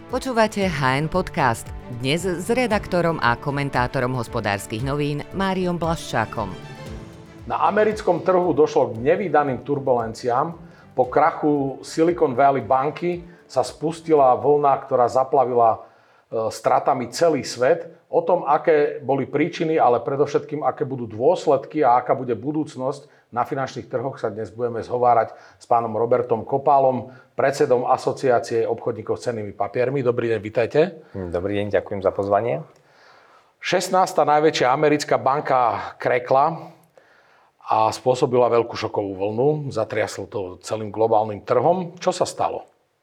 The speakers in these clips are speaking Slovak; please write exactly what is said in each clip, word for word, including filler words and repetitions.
Počúvate há en Podcast. Dnes s redaktorom a komentátorom hospodárskych novín Máriom Blaščákom. Na americkom trhu došlo k nevídaným turbulenciám. Po krachu Silicon Valley banky sa spustila vlna, ktorá zaplavila stratami celý svet. O tom, aké boli príčiny, ale predovšetkým, aké budú dôsledky a aká bude budúcnosť na finančných trhoch, sa dnes budeme zhovárať s pánom Robertom Kopálom, predsedom Asociácie obchodníkov s cennými papiermi. Dobrý deň, vitajte. Dobrý deň, ďakujem za pozvanie. šestnásta najväčšia americká banka krekla a spôsobila veľkú šokovú vlnu. Zatriaslo to celým globálnym trhom. Čo sa stalo?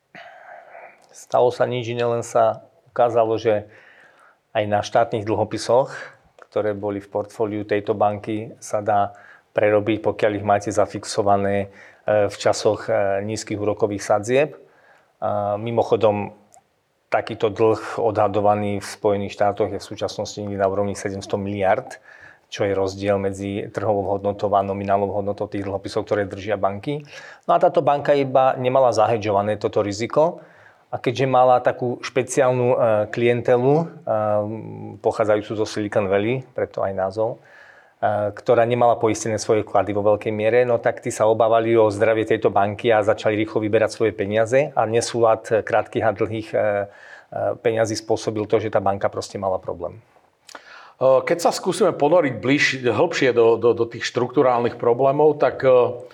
Stalo sa nič iné, len sa ukázalo, že aj na štátnych dlhopisoch, ktoré boli v portfóliu tejto banky, sa dá prerobiť, pokiaľ ich máte zafixované v časoch nízkych úrokových sadzieb. Mimochodom, takýto dlh odhadovaný v Spojených štátoch je v súčasnosti na úrovni sedemsto miliárd, čo je rozdiel medzi trhovou hodnotou a nominálnou hodnotou tých dlhopisov, ktoré držia banky. No a táto banka iba nemala zahedžované toto riziko. A keďže mala takú špeciálnu klientelu, pochádzajúcu zo Silicon Valley, preto aj názov, ktorá nemala poistené svoje vklady vo veľkej miere, no tak tí sa obávali o zdravie tejto banky a začali rýchlo vyberať svoje peniaze a nesúlad krátkych a dlhých peňazí spôsobil to, že tá banka proste mala problém. Keď sa skúsime ponoriť bližšie, hĺbšie do, do, do tých štrukturálnych problémov, tak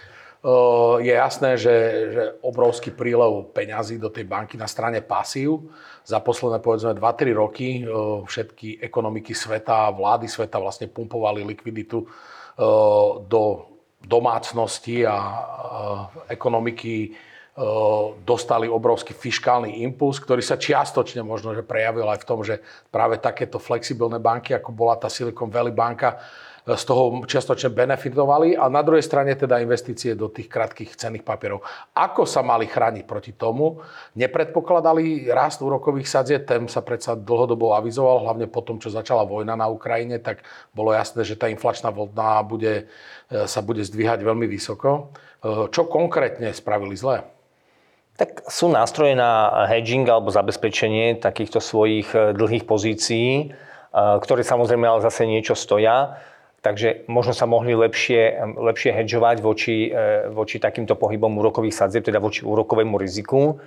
je jasné, že, že obrovský prílev peňazí do tej banky na strane pasív. Za posledné, povedzme, dva tri roky všetky ekonomiky sveta, vlády sveta vlastne pumpovali likviditu do domácnosti a ekonomiky dostali obrovský fiškálny impuls, ktorý sa čiastočne možno že prejavil aj v tom, že práve takéto flexibilné banky, ako bola tá Silicon Valley banka, z toho čiastočne benefitovali a na druhej strane teda investície do tých krátkych cenných papierov. Ako sa mali chrániť proti tomu? Nepredpokladali rast úrokových sadzieb, ten sa predsa dlhodobo avizoval, hlavne po tom, čo začala vojna na Ukrajine, tak bolo jasné, že tá inflačná vlna bude, sa bude zdvíhať veľmi vysoko. Čo konkrétne spravili zle? Tak sú nástroje na hedging alebo zabezpečenie takýchto svojich dlhých pozícií, ktoré samozrejme ale zase niečo stoja. Takže možno sa mohli lepšie, lepšie hedžovať voči, voči takýmto pohybom úrokových sadzieb, teda voči úrokovému riziku.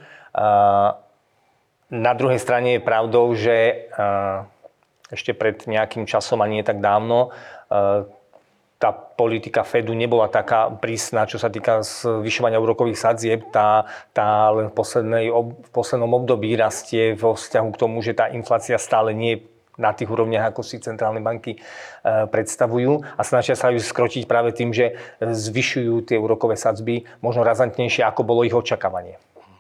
Na druhej strane je pravdou, že ešte pred nejakým časom a nie tak dávno tá politika Fedu nebola taká prísna, čo sa týka zvyšovania úrokových sadzieb. Tá, tá len v, poslednej, v poslednom období rastie vo vzťahu k tomu, že tá inflácia stále nie je na tých úrovniach, ako si centrálne banky predstavujú a snažia sa ju skrotiť práve tým, že zvyšujú tie úrokové sadzby možno razantnejšie, ako bolo ich očakávanie.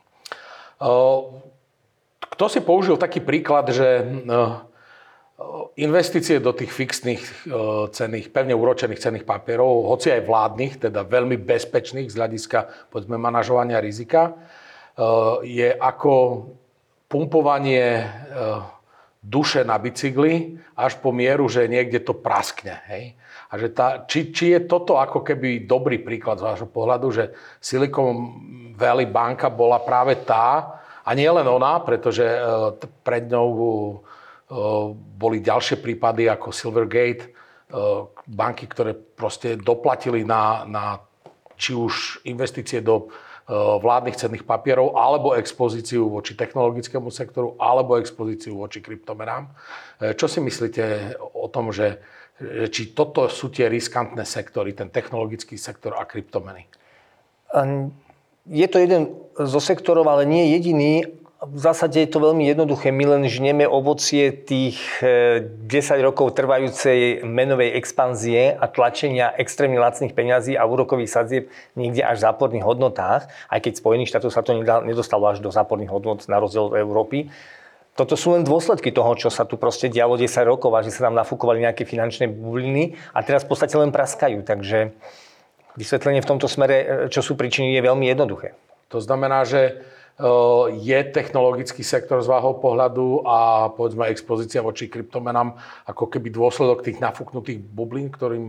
Kto si použil taký príklad, že investície do tých fixných cenných, pevne úročených cenných papierov, hoci aj vládnych, teda veľmi bezpečných z hľadiska povedzme manažovania rizika, je ako pumpovanie duše na bicykli až po mieru, že niekde to praskne. Hej? A že tá, či, či je toto ako keby dobrý príklad z vášho pohľadu, že Silicon Valley banka bola práve tá, a nie len ona, pretože uh, pred ňou uh, boli ďalšie prípady ako Silvergate, uh, banky, ktoré proste doplatili na, na či už investície do vládnych cenných papierov, alebo expozíciu voči technologickému sektoru, alebo expozíciu voči kryptomenám. Čo si myslíte o tom, že či toto sú tie riskantné sektory, ten technologický sektor a kryptomeny? Je to jeden zo sektorov, ale nie jediný. V zásade je to veľmi jednoduché. My len žneme ovocie tých desať rokov trvajúcej menovej expanzie a tlačenia extrémne lacných peňazí a úrokových sadzieb niekde až v záporných hodnotách, aj keď v Spojených štátoch sa to nedostalo až do záporných hodnot na rozdiel od Európy. Toto sú len dôsledky toho, čo sa tu proste dialo desať rokov a že sa nám nafúkovali nejaké finančné bubliny a teraz v podstate len praskajú. Takže vysvetlenie v tomto smere, čo sú príčiny, je veľmi jednoduché. To znamená, že je technologický sektor z vášho pohľadu a povedzme expozícia voči kryptomenám ako keby dôsledok tých nafúknutých bublín, ktorým,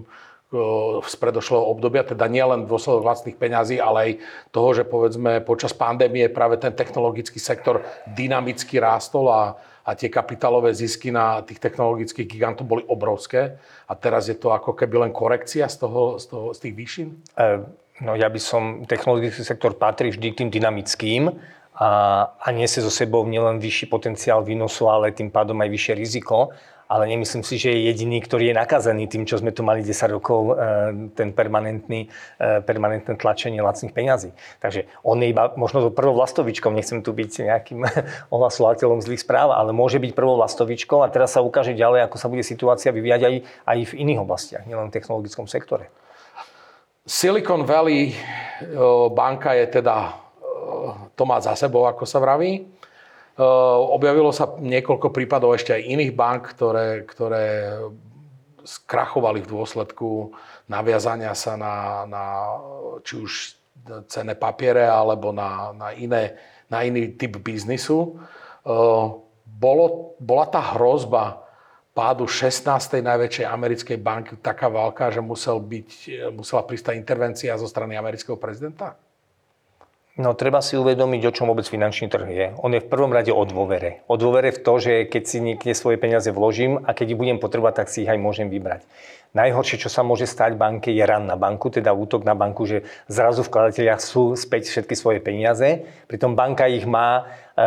z predošlého obdobia, teda nielen dôsledok vlastných peňazí, ale aj toho, že povedzme počas pandémie práve ten technologický sektor dynamicky rástol a, a tie kapitálové zisky na tých technologických gigantov boli obrovské a teraz je to ako keby len korekcia z, toho, z, toho, z tých výšin? No ja by som, technologický sektor patrí vždy k tým dynamickým a, a nesie so sebou nielen vyšší potenciál výnosu, ale tým pádom aj vyššie riziko. Ale nemyslím si, že je jediný, ktorý je nakazený tým, čo sme tu mali desať rokov, ten permanentný, permanentné tlačenie lacných peňazí. Takže on je iba možno prvou vlastovičkou, nechcem tu byť nejakým ohlasovateľom zlých správ, ale môže byť prvou vlastovičkou a teraz sa ukáže ďalej, ako sa bude situácia vyvíjať aj, aj v iných oblastiach, nielen v technologickom sektore. Silicon Valley banka je teda, to má za sebou, ako sa vraví. Objavilo sa niekoľko prípadov ešte aj iných bank, ktoré, ktoré skrachovali v dôsledku naviazania sa na, na či už cenné papiere alebo na, na, iné, na iný typ biznisu. Bolo, bola tá hrozba pádu šestnástej najväčšej americkej banky taká veľká, že musel byť, musela pristať intervencia zo strany amerického prezidenta? No, treba si uvedomiť, o čom vôbec finančný trh je. On je v prvom rade o dôvere. O dôvere v to, že keď si niekde svoje peniaze vložím a keď ich budem potrebovať, tak si ich aj môžem vybrať. Najhoršie, čo sa môže stať banke, je ran na banku, teda útok na banku, že zrazu vkladatelia chcú späť všetky svoje peniaze. Pritom banka ich má e,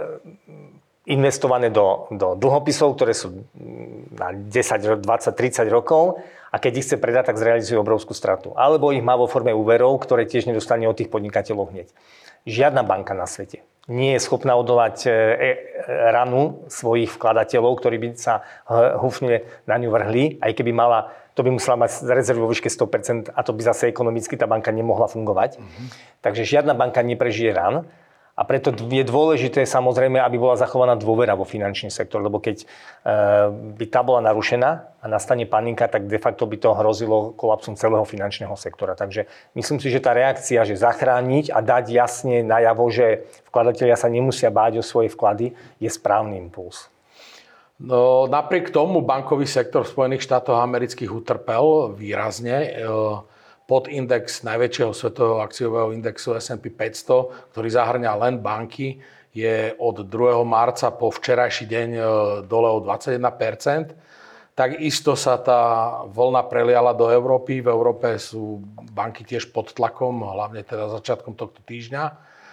investované do, do dlhopisov, ktoré sú na desať, dvadsať, tridsať rokov. A keď ich chce predať, tak zrealizuje obrovskú stratu. Alebo ich má vo forme úverov, ktoré tiež nedostane od tých podnikateľov hneď. Žiadna banka na svete nie je schopná odolať ranu svojich vkladateľov, ktorí by sa húfne na ňu vrhli, aj keby mala, to by musela mať rezervu vo výške sto percent a to by zase ekonomicky tá banka nemohla fungovať. Mm-hmm. Takže žiadna banka neprežije ran. A preto je dôležité samozrejme, aby bola zachovaná dôvera vo finančný sektor, lebo keď e, by tá bola narušená a nastane panika, tak de facto by to hrozilo kolapsom celého finančného sektora. Takže myslím si, že tá reakcia, že zachrániť a dať jasne najavo, že vkladatelia sa nemusia báť o svoje vklady, je správny impuls. No, napriek tomu bankový sektor v Spojených štátoch amerických utrpel výrazne. E, Podindex najväčšieho svetového akciového indexu es and pí päťsto, ktorý zahŕňa len banky, je od druhého marca po včerajší deň dole o dvadsaťjeden percent. Takisto sa tá vlna preliala do Európy. V Európe sú banky tiež pod tlakom, hlavne teda začiatkom tohto týždňa.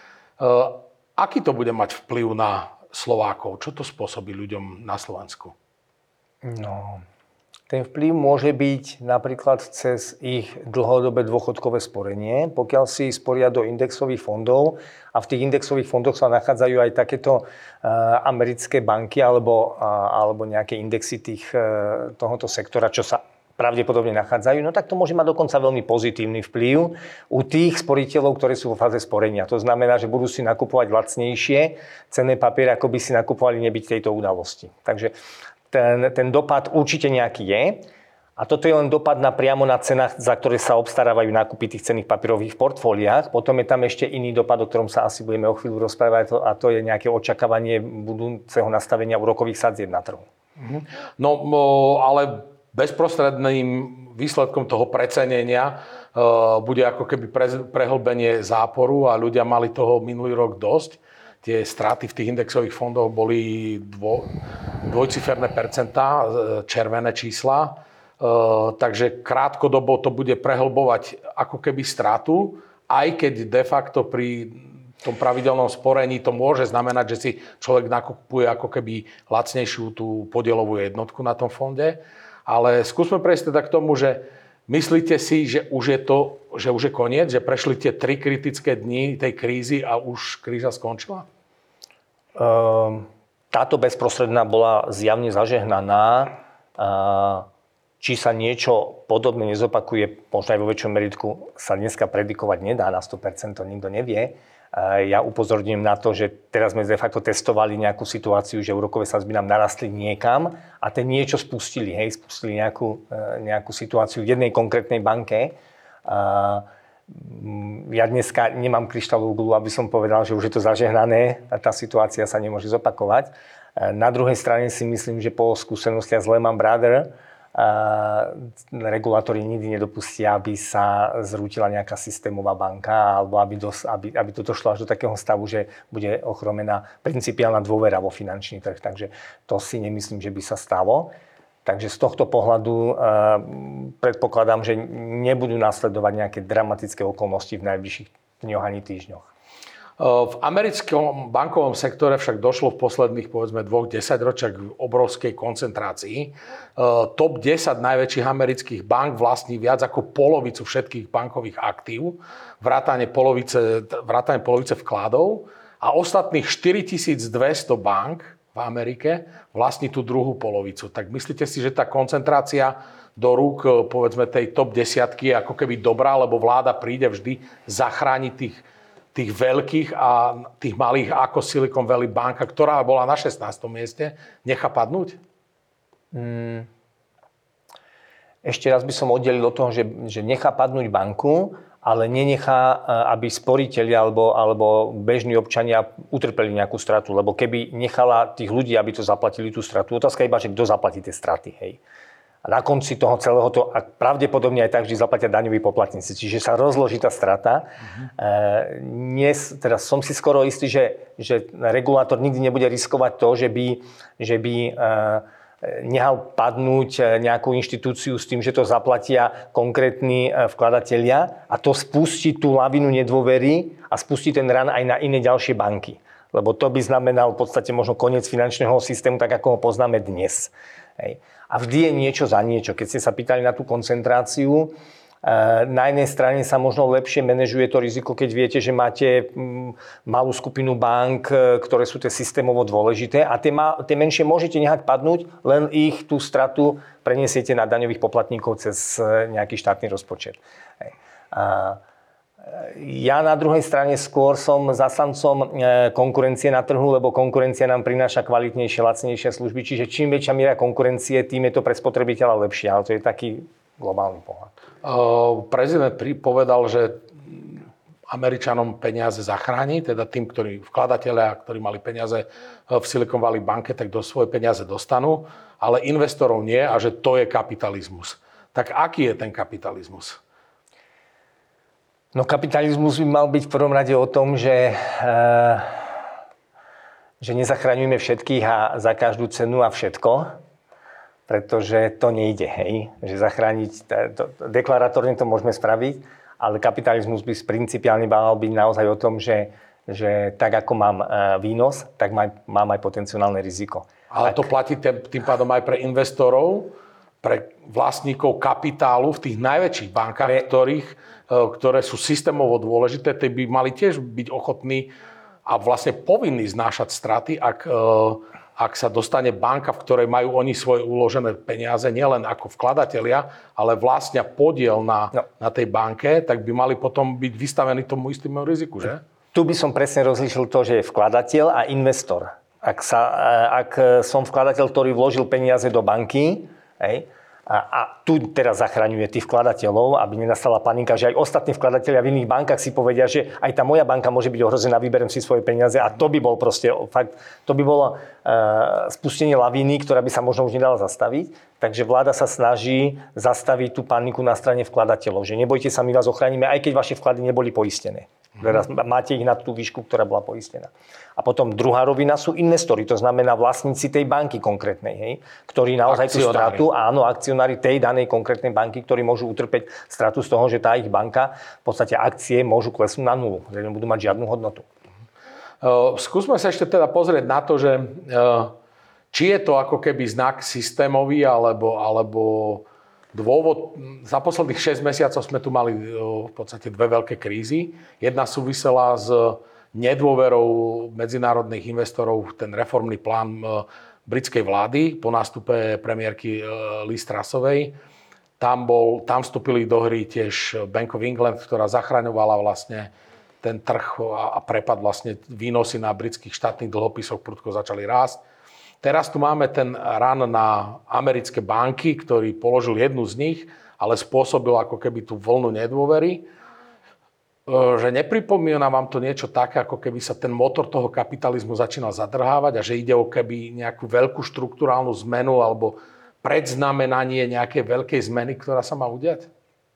Aký to bude mať vplyv na Slovákov? Čo to spôsobí ľuďom na Slovensku? No... Ten vplyv môže byť napríklad cez ich dlhodobé dôchodkové sporenie, pokiaľ si sporia do indexových fondov a v tých indexových fondoch sa nachádzajú aj takéto uh, americké banky alebo, uh, alebo nejaké indexy tých, uh, tohoto sektora, čo sa pravdepodobne nachádzajú, no tak to môže mať dokonca veľmi pozitívny vplyv u tých sporiteľov, ktorí sú vo fáze sporenia. To znamená, že budú si nakupovať lacnejšie cenné papiere, ako by si nakupovali nebyť tejto udalosti. Takže Ten, ten dopad určite nejaký je. A toto je len dopad na priamo na cenách, za ktoré sa obstarávajú nákupy tých cenných papierových portfóliách. Potom je tam ešte iný dopad, o ktorom sa asi budeme o chvíľu rozprávať, a to je nejaké očakávanie budúceho nastavenia úrokových sadzieb na trhu. No, ale bezprostredným výsledkom toho precenenia bude ako keby prehlbenie záporu a ľudia mali toho minulý rok dosť. Tie straty v tých indexových fondoch boli dvo, dvojciferné percentá, červené čísla. E, takže krátkodobo to bude prehlbovať ako keby stratu, aj keď de facto pri tom pravidelnom sporení to môže znamenať, že si človek nakupuje ako keby lacnejšiu tú podielovú jednotku na tom fonde. Ale skúsme prejsť teda k tomu, že myslíte si, že už je to, že už je koniec, že prešli tie tri kritické dni tej krízy a už kríza skončila? Táto bezprostredná bola zjavne zažehnaná. Či sa niečo podobné nezopakuje, možno aj vo väčšom meritku, sa dneska predikovať nedá na sto percent, to nikto nevie. Ja upozorňujem na to, že teraz sme de facto testovali nejakú situáciu, že úrokové sadzby nám narastli niekam a ten niečo spustili, hej, spustili nejakú, nejakú situáciu v jednej konkrétnej banke. Ja dneska nemám kryštálovú guľu, aby som povedal, že už je to zažehnané a tá situácia sa nemôže zopakovať. Na druhej strane si myslím, že po skúsenostiach z Lehman Brothers regulátori nikdy nedopustia, aby sa zrútila nejaká systémová banka alebo aby, dos, aby, aby to došlo až do takého stavu, že bude ochromená principiálna dôvera vo finančný trh. Takže to si nemyslím, že by sa stalo. Takže z tohto pohľadu uh, predpokladám, že nebudú nasledovať nejaké dramatické okolnosti v najbližších dňoch ani týždňoch. V americkom bankovom sektore však došlo v posledných povedzme dvoch desaťročiach k obrovskej koncentrácii. Top desať najväčších amerických bank vlastní viac ako polovicu všetkých bankových aktív, vrátane polovice, vrátane polovice vkladov a ostatných štyritisícdvesto bank v Amerike vlastní tú druhú polovicu. Tak myslíte si, že tá koncentrácia do rúk povedzme tej top desiatky je ako keby dobrá, lebo vláda príde vždy zachrániť tých tých veľkých a tých malých ako Silicon Valley banka, ktorá bola na šestnástom mieste, nechá padnúť? Hmm. Ešte raz by som oddelil od toho, že, že nechá padnúť banku, ale nenechá, aby sporiteľi alebo, alebo bežní občania utrpeli nejakú stratu. Lebo keby nechala tých ľudí, aby to zaplatili tú stratu, otázka je iba, že kto zaplatí tie straty. Hej. A na konci toho celého to, a pravdepodobne aj tak vždy zaplatia daňoví poplatníci. Čiže sa rozloží tá strata. Uh-huh. E, dnes, teraz som si skoro istý, že, že regulátor nikdy nebude riskovať to, že by, že by e, nehal padnúť nejakú inštitúciu s tým, že to zaplatia konkrétni vkladatelia a to spustí tú lavinu nedôvery a spustí ten ran aj na iné ďalšie banky. Lebo to by znamenal v podstate možno koniec finančného systému, tak ako ho poznáme dnes. Hej. A vždy je niečo za niečo. Keď ste sa pýtali na tú koncentráciu, na jednej strane sa možno lepšie manažuje to riziko, keď viete, že máte malú skupinu bank, ktoré sú tie systémovo dôležité a tie, ma, tie menšie môžete nehať padnúť, len ich tú stratu preniesiete na daňových poplatníkov cez nejaký štátny rozpočet. Hej. A ja na druhej strane skôr som zastancom konkurencie na trhu, lebo konkurencia nám prináša kvalitnejšie, lacnejšie služby. Čiže čím väčšia miera konkurencie, tým je to pre spotrebiteľa lepšie. Ale to je taký globálny pohľad. Uh, prezident povedal, že Američanom peniaze zachráni, teda tým, ktorí vkladatelia, ktorí mali peniaze v Silicon Valley banke, tak do svoje peniaze dostanú, ale investorov nie a že to je kapitalizmus. Tak aký je ten kapitalizmus? No kapitalizmus by mal byť v prvom rade o tom, že, e, že nezachraňujeme všetkých a za každú cenu a všetko, pretože to nejde, hej. Že zachrániť, to, deklaratórne to môžeme spraviť, ale kapitalizmus by principiálne mal byť naozaj o tom, že, že tak ako mám výnos, tak mám aj potenciálne riziko. Ale tak... to platí tým pádom aj pre investorov, pre vlastníkov kapitálu v tých najväčších bankách, pre... ktorých, ktoré sú systémovo dôležité, tie by mali tiež byť ochotní a vlastne povinní znášať straty, ak, ak sa dostane banka, v ktorej majú oni svoje uložené peniaze, nielen ako vkladatelia, ale vlastnia podiel na, no. na tej banke, tak by mali potom byť vystavení tomu istému riziku, že? Tu by som presne rozlíšil to, že je vkladateľ a investor. Ak, sa, ak som vkladateľ, ktorý vložil peniaze do banky, hej, a, a tu teraz zachraňuje tých vkladateľov, aby nenastala panika, že aj ostatní vkladatelia v iných bankách si povedia, že aj tá moja banka môže byť ohrozená, vyberiem si svoje peniaze a to by bol proste fakt, to by bolo uh, spustenie lavíny, ktorá by sa možno už nedala zastaviť. Takže vláda sa snaží zastaviť tú paniku na strane vkladateľov, že nebojte sa, my vás ochránime, aj keď vaše vklady neboli poistené. Teraz máte ich na tú výšku, ktorá bola poistená. A potom druhá rovina sú investori, to znamená vlastníci tej banky konkrétnej, hej, ktorí naozaj tú stratu, áno, akcionári tej danej konkrétnej banky, ktorí môžu utrpeť stratu z toho, že tá ich banka, v podstate akcie môžu klesnúť na nulu, že nebudú mať žiadnu hodnotu. Uh, skúsme sa ešte teda pozrieť na to, že uh, či je to ako keby znak systémový, alebo, alebo dôvod. Za posledných šesť mesiacov sme tu mali v podstate dve veľké krízy. Jedna súvisela s nedôverou medzinárodných investorov, ten reformný plán britskej vlády po nástupe premiérky Liz Trussovej. Tam, bol, tam vstúpili do hry tiež Bank of England, ktorá zachraňovala vlastne ten trh a prepad vlastne výnosy na britských štátnych dlhopisoch prudko začali rásť. Teraz tu máme ten run na americké banky, ktorý položil jednu z nich, ale spôsobil ako keby tú vlnu nedôvery. Že nepripomína vám to niečo také, ako keby sa ten motor toho kapitalizmu začínal zadrhávať a že ide o keby nejakú veľkú štruktúrálnu zmenu alebo predznamenanie nejakej veľkej zmeny, ktorá sa má udiať?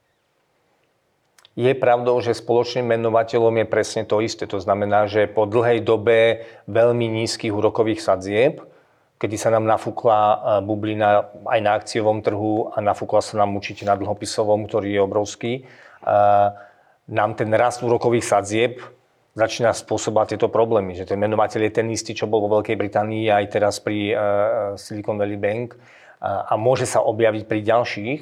Je pravdou, že spoločným menovateľom je presne to isté. To znamená, že po dlhej dobe veľmi nízkych úrokových sadzieb, kedy sa nám nafúkla bublina aj na akciovom trhu a nafúkla sa nám určite na dlhopisovom, ktorý je obrovský, nám ten rast úrokových sadzieb začína spôsobovať tieto problémy. Že ten menovateľ je ten istý, čo bol vo Veľkej Británii aj teraz pri Silicon Valley Bank a môže sa objaviť pri ďalších.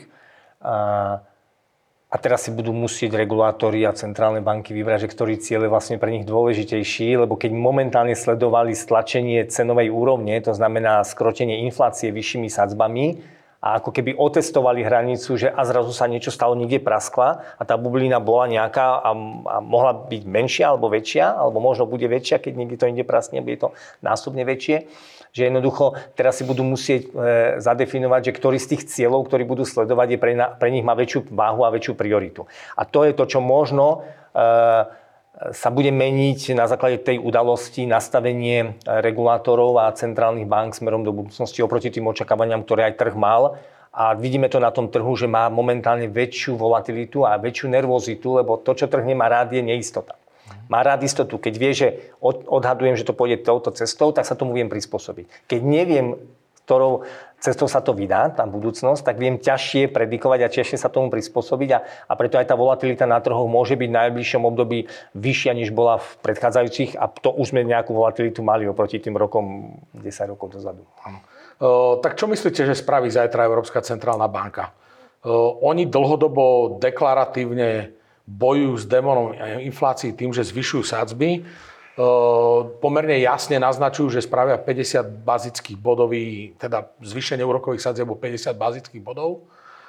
A teraz si budú musieť regulátori a centrálne banky vybrať, že ktorý cieľ je vlastne pre nich dôležitejší, lebo keď momentálne sledovali stlačenie cenovej úrovne, to znamená skrotenie inflácie vyššími sadzbami, a ako keby otestovali hranicu, že a zrazu sa niečo stalo, niekde praskla a tá bublina bola nejaká a, a mohla byť menšia alebo väčšia, alebo možno bude väčšia, keď niekde to inde praskne, bude to násobne väčšie. Že jednoducho teraz si budú musieť e, zadefinovať, že ktorý z tých cieľov, ktorí budú sledovať, je pre, na, pre nich má väčšiu váhu a väčšiu prioritu. A to je to, čo možno e, sa bude meniť na základe tej udalosti nastavenie regulátorov a centrálnych bank smerom do budúcnosti oproti tým očakávaniam, ktoré aj trh mal. A vidíme to na tom trhu, že má momentálne väčšiu volatilitu a väčšiu nervozitu, lebo to, čo trh nemá rád, je neistota. Má rád istotu. Keď vie, že odhadujem, že to pôjde touto cestou, tak sa tomu viem prispôsobiť. Keď neviem, ktorou cestou sa to vydá, tá budúcnosť, tak viem ťažšie predikovať a ťažšie sa tomu prispôsobiť a, a preto aj tá volatilita na trhoch môže byť v najbližšom období vyššia, než bola v predchádzajúcich a to už sme nejakú volatilitu mali oproti tým rokom, desať rokov dozadu. Uh, tak čo myslíte, že spraví zajtra Európska centrálna banka? Uh, oni dlhodobo deklaratívne bojujú s démonom inflácií tým, že zvyšujú sadzby. Pomerne jasne naznačujú, že spravia päťdesiat bazických bodový, teda zvýšenie úrokových sadzieb o päťdesiat bazických bodov.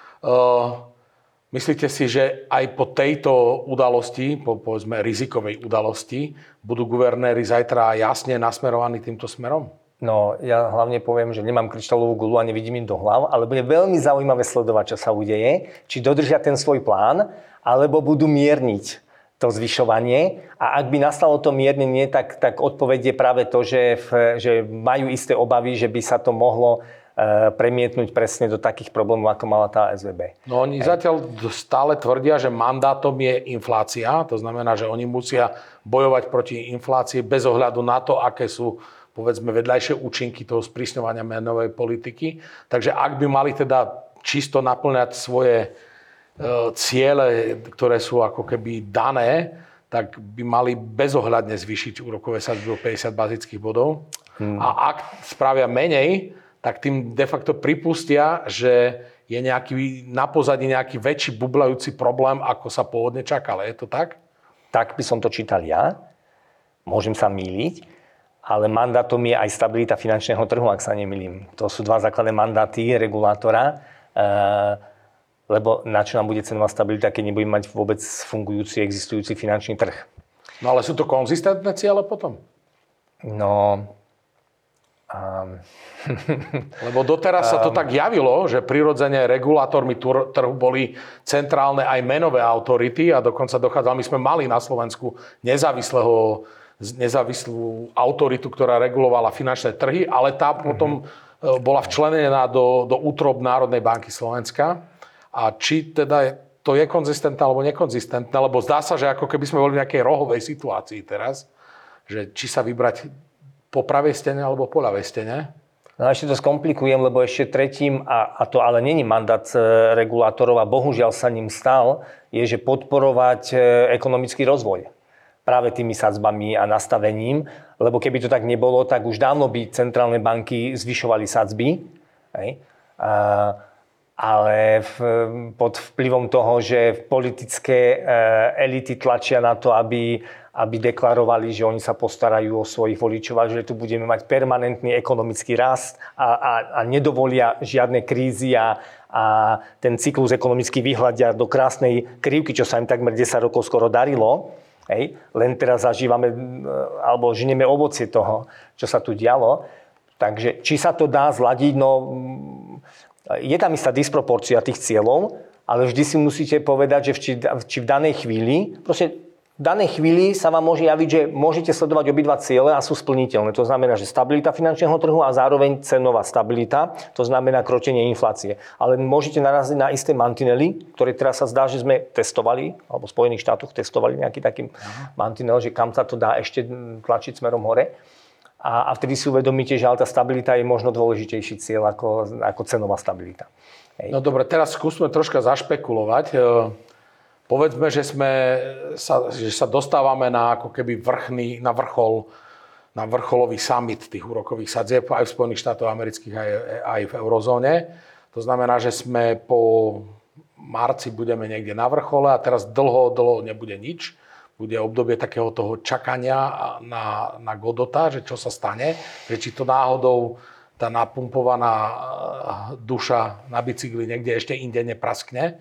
Myslíte si, že aj po tejto udalosti, po povedzme rizikovej udalosti, budú guvernéri zajtra jasne nasmerovaní týmto smerom? No, ja hlavne poviem, že nemám kryštálovú guľu a nevidím im do hlav, ale bude veľmi zaujímavé sledovať, čo sa udeje, či dodržia ten svoj plán, alebo budú mierniť to zvyšovanie. A ak by nastalo to miernenie, tak, tak odpoveď je práve to, že, v, že majú isté obavy, že by sa to mohlo e, premietnúť presne do takých problémov, ako mala tá es vé bé. No oni e. zatiaľ stále tvrdia, že mandátom je inflácia. To znamená, že oni musia bojovať proti inflácii bez ohľadu na to, aké sú povedzme vedľajšie účinky toho sprísňovania menovej politiky. Takže ak by mali teda čisto naplňať svoje ciele, ktoré sú ako keby dané, tak by mali bezohľadne zvýšiť úrokové sadzby o päťdesiat bazických bodov. Hmm. A ak spravia menej, tak tým de facto pripustia, že je nejaký, na pozadí nejaký väčší bublajúci problém, ako sa pôvodne čakalo. Je to tak? Tak by som to čítal ja. Môžem sa mýliť, ale mandátom je aj stabilita finančného trhu, ak sa nemýlim. To sú dva základné mandáty regulátora. E- lebo na čo nám bude cenová stabilita, keď nebudeme mať vôbec fungujúci, existujúci finančný trh. No ale sú to konzistentné ciele potom? No... Um... Lebo doteraz sa to um... tak javilo, že prirodzene regulátormi trhu boli centrálne aj menové autority a dokonca dochádzalo, my sme mali na Slovensku nezávislého, nezávislú autoritu, ktorá regulovala finančné trhy, ale tá potom mm-hmm. bola včlenená do, do útrob Národnej banky Slovenska. A či teda to je konzistentné alebo nekonzistentné, lebo zdá sa, že ako keby sme boli v nejakej rohovej situácii teraz, že či sa vybrať po pravej stene alebo po ľavej stene. No ešte to skomplikujem, lebo ešte tretím, a, a to ale není mandát regulátorov a bohužiaľ sa ním stal, je, že podporovať ekonomický rozvoj. Práve tými sadzbami a nastavením, lebo keby to tak nebolo, tak už dávno by centrálne banky zvyšovali sadzby. Hej. A, ale v, pod vplyvom toho, že politické e, elity tlačia na to, aby, aby deklarovali, že oni sa postarajú o svojich voličov a že tu budeme mať permanentný ekonomický rast a, a, a nedovolia žiadne krízy a, a ten cyklus ekonomicky vyhľadia do krásnej krivky, čo sa im takmer desať rokov skoro darilo. Hej. Len teraz zažívame, alebo žneme ovocie toho, čo sa tu dialo. Takže či sa to dá zladiť, no... Je tam istá disproporcia tých cieľov, ale vždy si musíte povedať, že či, či v danej chvíli, proste v danej chvíli sa vám môže javiť, že môžete sledovať obidva ciele a sú splniteľné. To znamená, že stabilita finančného trhu a zároveň cenová stabilita, to znamená krotenie inflácie. Ale môžete naraziť na isté mantinely, ktoré teraz sa zdá, že sme testovali, alebo v Spojených štátoch testovali nejaký taký mantinel, že kam sa to dá ešte tlačiť smerom hore. A, a vtedy si uvedomíte, že ale tá stabilita je možno dôležitejší cieľ ako, ako cenová stabilita. Hej. No dobre, teraz skúsme troška zašpekulovať. Povedzme, že, sme sa, že sa dostávame na ako keby vrchný, na vrchol, na vrcholový summit tých úrokových sadzieb aj v Spojených štátoch amerických, aj, aj v eurozóne. To znamená, že sme po marci budeme niekde na vrchole a teraz dlho, dlho nebude nič. Bude obdobie takého toho čakania na, na Godota, že čo sa stane, že či to náhodou tá napumpovaná duša na bicykli niekde ešte inde nepraskne.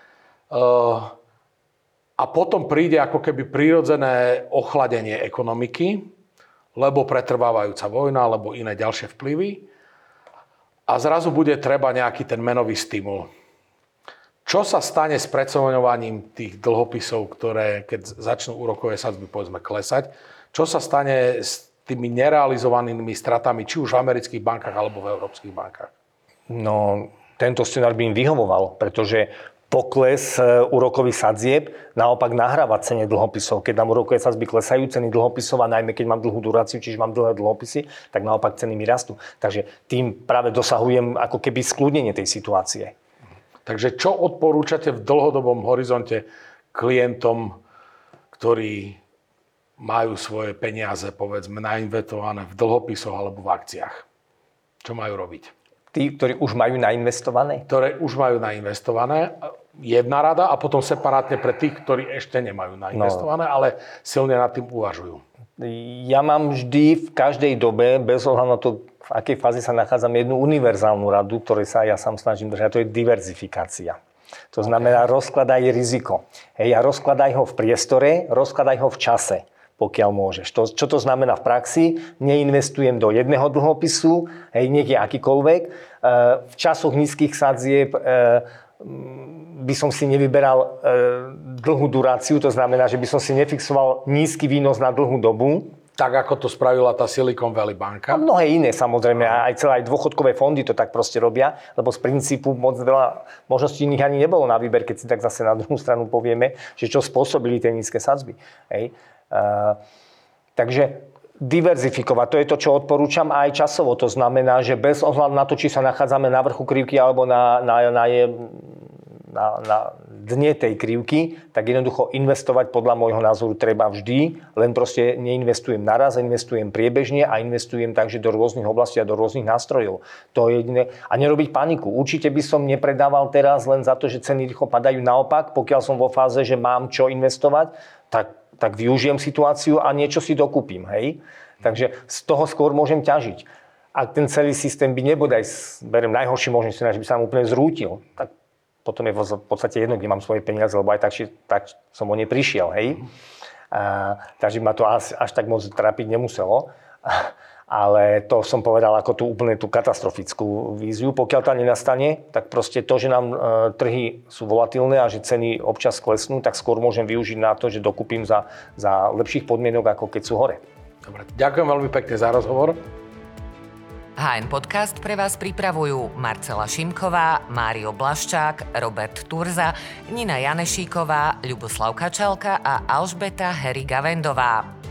Uh, A potom príde ako keby prirodzené ochladenie ekonomiky, lebo pretrvávajúca vojna, alebo iné ďalšie vplyvy. A zrazu bude treba nejaký ten menový stimul. Čo sa stane s preceňovaním tých dlhopisov, ktoré keď začnú úrokové sadzby povedzme klesať? Čo sa stane s tými nerealizovanými stratami, či už v amerických bankách, alebo v európskych bankách? No, tento scenár by im vyhovoval, pretože pokles úrokových sadzieb naopak nahráva cene dlhopisov. Keď nám úrokové sadzby klesajú, ceny dlhopisov a najmä keď mám dlhú duráciu, čiže mám dlhé dlhopisy, tak naopak ceny mi rastú. Takže tým práve dosahujem ako keby skľudnenie tej situácie. Takže čo odporúčate v dlhodobom horizonte klientom, ktorí majú svoje peniaze, povedzme, nainvestované v dlhopisoch alebo v akciách? Čo majú robiť? Tí, ktorí už majú nainvestované? Ktoré už majú nainvestované. Jedna rada a potom separátne pre tých, ktorí ešte nemajú nainvestované, no. ale silne nad tým uvažujú. Ja mám vždy v každej dobe, bez ohľadu na to, v akej fáze sa nachádzam, jednu univerzálnu radu, ktorej sa ja sám snažím držať, to je diverzifikácia. To znamená, okay. rozkladaj riziko. Hej, a rozkladaj ho v priestore, rozkladaj ho v čase, pokiaľ môžeš. To, čo to znamená v praxi? Neinvestujem do jedného dlhopisu, hej, nech je akýkoľvek. V časoch nízkych sadzieb by som si nevyberal dlhú duráciu, to znamená, že by som si nefixoval nízky výnos na dlhú dobu. Tak, ako to spravila tá Silicon Valley banka. A mnohé iné, samozrejme. Aj celé aj dôchodkové fondy to tak proste robia, lebo z princípu moc veľa možností iných ani nebolo na výber, keď si tak zase na druhú stranu povieme, že čo spôsobili tie nízke sadzby. Hej. Uh, takže diverzifikovať, to je to, čo odporúčam aj časovo. To znamená, že bez ohľadu na to, či sa nachádzame na vrchu krivky alebo na, na, na, na, na dne tej krivky, tak jednoducho investovať podľa môjho názoru treba vždy, len proste neinvestujem naraz, investujem priebežne a investujem takže do rôznych oblastí a do rôznych nástrojov. To je jediné. A nerobiť paniku. Určite by som nepredával teraz len za to, že ceny rýchlo padajú. Naopak, pokiaľ som vo fáze, že mám čo investovať, tak tak využijem situáciu a niečo si dokúpim, hej? Takže z toho skôr môžem ťažiť. Ak ten celý systém by nebodaj, beriem najhorší možný scenár, že by sa nám úplne zrútil, tak potom je v podstate jedno, kde mám svoje peniaze, lebo aj tak, tak som o ne prišiel, hej? A, takže ma to až, až tak moc trápiť nemuselo. Ale to som povedal ako tú úplne tú katastrofickú víziu. Pokiaľ to nenastane, tak proste to, že nám e, trhy sú volatilné a že ceny občas klesnú, tak skôr môžem využiť na to, že dokúpim za, za lepších podmienok, ako keď sú hore. Dobre, ďakujem veľmi pekne za rozhovor. há en Podcast pre vás pripravujú Marcela Šimková, Mário Blaščák, Robert Turza, Nina Janešíková, Ľuboslav Kačalka a Alžbeta Heriga-Vendová.